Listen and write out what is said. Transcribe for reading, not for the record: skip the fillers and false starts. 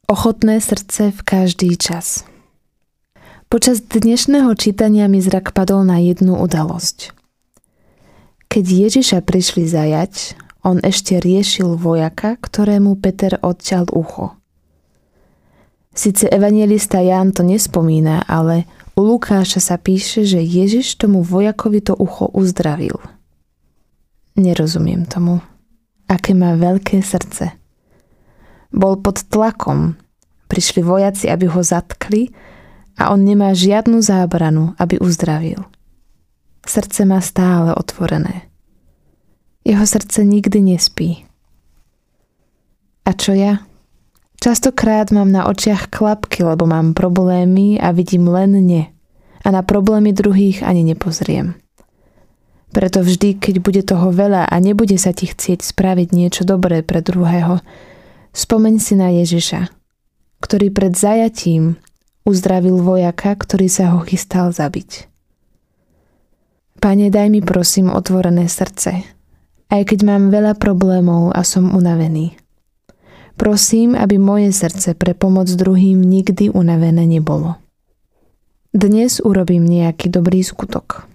Ochotné srdce v každý čas. Počas dnešného čítania mi zrak padol na jednu udalosť. Keď Ježiša prišli zajať, on ešte riešil vojaka, ktorému Peter odťal ucho. Sice evanjelista Ján to nespomína, ale u Lukáša sa píše, že Ježiš tomu vojakovi to ucho uzdravil. Nerozumiem tomu. Aké má veľké srdce. Bol pod tlakom. Prišli vojaci, aby ho zatkli a on nemá žiadnu zábranu, aby uzdravil. Srdce má stále otvorené. Jeho srdce nikdy nespí. A čo ja? Častokrát mám na očiach klapky, lebo mám problémy a vidím len ne. A na problémy druhých ani nepozriem. Preto vždy, keď bude toho veľa a nebude sa ti chcieť spraviť niečo dobré pre druhého, spomeň si na Ježiša, ktorý pred zajatím uzdravil vojaka, ktorý sa ho chystal zabiť. Pane, daj mi prosím otvorené srdce, aj keď mám veľa problémov a som unavený. Prosím, aby moje srdce pre pomoc druhým nikdy unavené nebolo. Dnes urobím nejaký dobrý skutok.